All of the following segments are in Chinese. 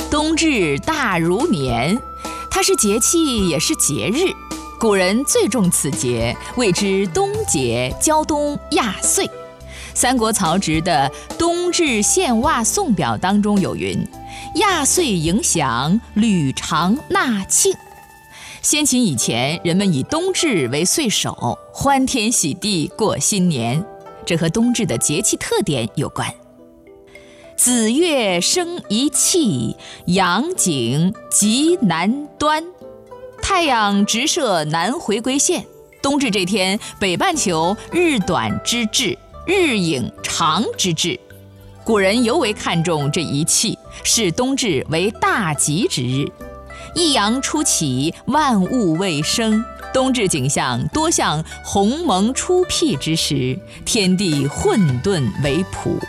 冬至大如年，它是节气也是节日，古人最重此节，谓之冬节，交冬亚岁。三国曹植的《冬至献袜送表》当中有云：亚岁迎祥，履长纳庆。先秦以前，人们以冬至为岁首，欢天喜地过新年，这和冬至的节气特点有关。子月生一气，阳景极南端。太阳直射南回归线，冬至这天，北半球日短之至，日影长之至。古人尤为看重这一气，视冬至为大吉之日。一阳初起，万物未生，冬至景象多像鸿蒙初辟之时，天地混沌为朴。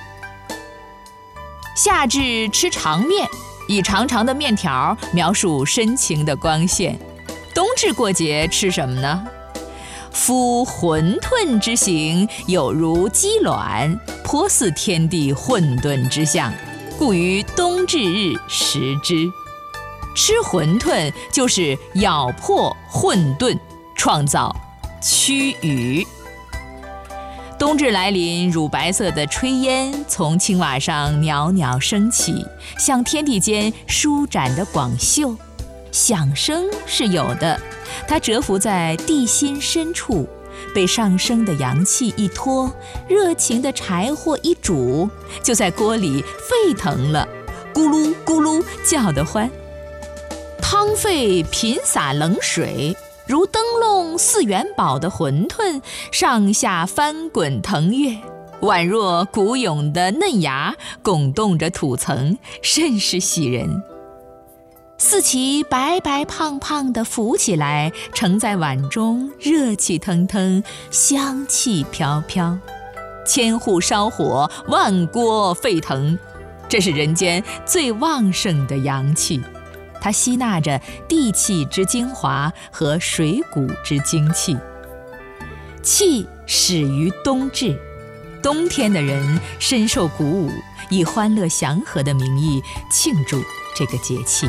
夏至吃长面，以长长的面条描述深情的光线。冬至过节吃什么呢？夫馄饨之形，有如鸡卵，颇似天地混沌之象，故于冬至日食之。吃馄饨就是咬破混沌，创造趋于。冬至来临，乳白色的炊烟从青瓦上袅袅升起，像天地间舒展的广袖。响声是有的，它蛰伏在地心深处，被上升的阳气一拖，热情的柴火一煮，就在锅里沸腾了，咕噜咕噜叫得欢。汤沸频洒冷水，如灯笼似元宝的馄饨上下翻滚腾跃，宛若鼓涌的嫩芽拱动着土层，甚是喜人。四旗白白胖胖地浮起来，盛在碗中，热气腾腾，香气飘飘。千户烧火，万锅沸腾，这是人间最旺盛的阳气，它吸纳着地气之精华和水谷之精气。气始于冬至，冬天的人深受鼓舞，以欢乐祥和的名义庆祝这个节气。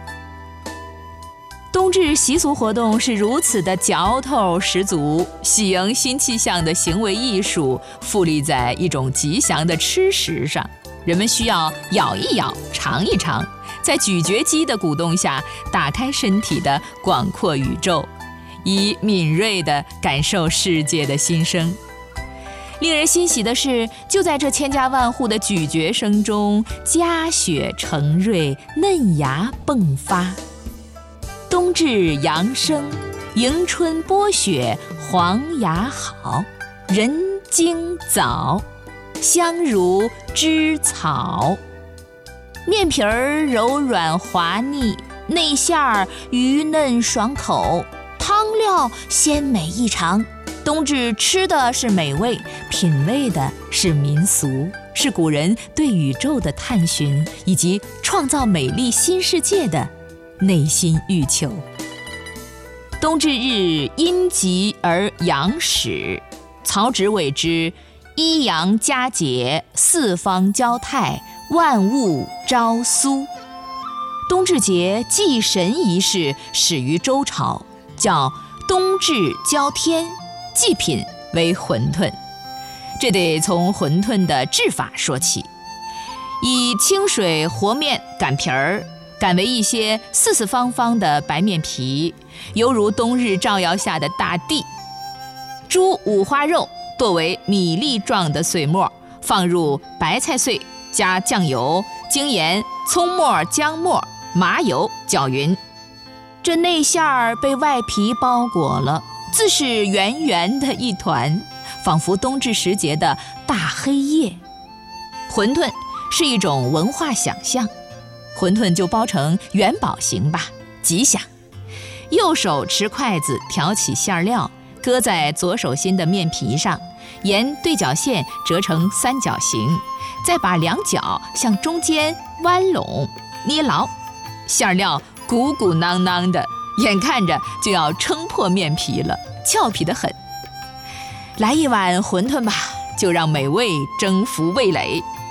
冬至习俗活动是如此的嚼头十足，喜迎新气象的行为艺术复立在一种吉祥的吃食上。人们需要咬一咬，尝一尝，在咀嚼肌的鼓动下，打开身体的广阔宇宙，以敏锐地感受世界的新生。令人欣喜的是，就在这千家万户的咀嚼声中，佳雪成瑞，嫩芽迸发。冬至阳生，迎春剥雪，黄芽好，人精早，香如枝草。面皮儿柔软滑腻，内馅儿鱼嫩爽口，汤料鲜美异常。冬至吃的是美味，品味的是民俗，是古人对宇宙的探寻以及创造美丽新世界的内心欲求。冬至日阴极而阳始，曹植谓之一阳佳节，四方交泰，万物朝苏。冬至节祭神仪式始于周朝，叫冬至交天，祭品为馄饨。这得从馄饨的制法说起，以清水和面擀皮儿，擀为一些四四方方的白面皮，犹如冬日照耀下的大地。猪五花肉剁为米粒状的碎末，放入白菜碎，加酱油、精盐、葱末、姜末、麻油搅匀。这内馅儿被外皮包裹了，自是圆圆的一团，仿佛冬至时节的大黑夜。馄饨是一种文化想象，馄饨就包成元宝形吧，吉祥。右手持筷子挑起馅料，搁在左手心的面皮上，沿对角线折成三角形，再把两角向中间弯拢捏牢，馅料鼓鼓囊囊的，眼看着就要撑破面皮了，俏皮得很。来一碗馄饨吧，就让美味征服味蕾。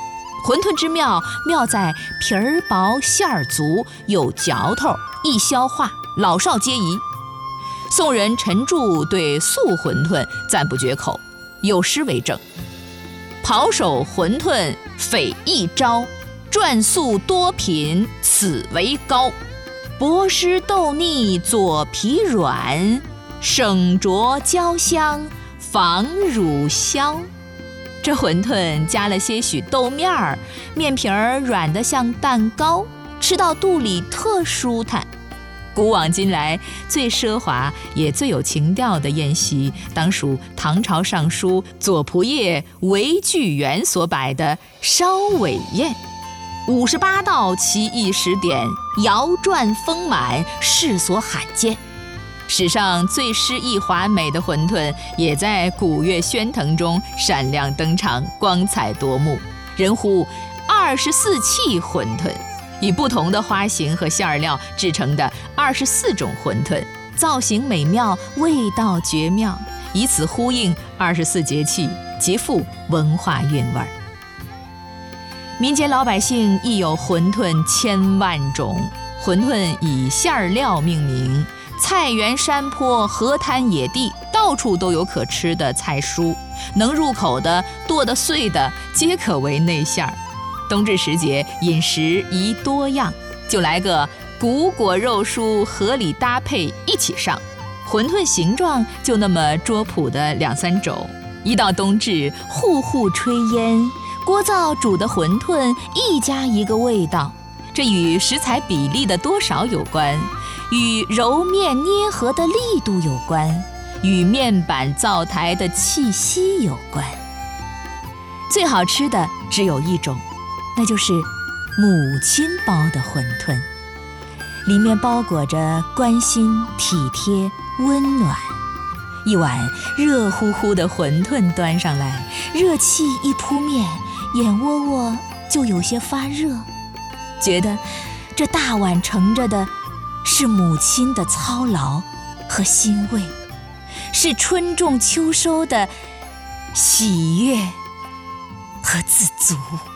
馄饨之妙，妙在皮儿薄馅儿足，有嚼头，易消化，老少皆宜。宋人陈著对素馄饨赞不绝口，有诗为证：刨手馄饨匪一招，转素多品此为高。薄湿豆腻左皮软，省着焦香防乳消。这馄饨加了些许豆面儿，面皮儿软得像蛋糕，吃到肚里特舒坦。古往今来最奢华也最有情调的宴席，当属唐朝尚书左仆射韦巨源所摆的烧尾宴。58道奇异食点，摇转丰满，世所罕见。史上最诗意华美的馄饨，也在古乐喧腾中闪亮登场，光彩夺目。人呼24气馄饨，以不同的花型和馅料制成的24种馄饨，造型美妙，味道绝妙，以此呼应24节气，极富文化韵味儿。民间老百姓亦有馄饨千万种，馄饨以馅料命名，菜园山坡河滩野地，到处都有可吃的菜蔬，能入口的剁得碎的皆可为内馅儿。冬至时节饮食宜多样，就来个谷果肉蔬合理搭配一起上，馄饨形状就那么桌谱的2-3种。一到冬至，户户炊烟，锅灶煮的馄饨一家一个味道，这与食材比例的多少有关，与揉面捏合的力度有关，与面板灶台的气息有关。最好吃的只有一种，那就是母亲包的馄饨，里面包裹着关心、体贴、温暖。一碗热乎乎的馄饨端上来，热气一扑面，眼窝窝就有些发热，觉得这大碗盛着的是母亲的操劳和欣慰，是春种秋收的喜悦和自足。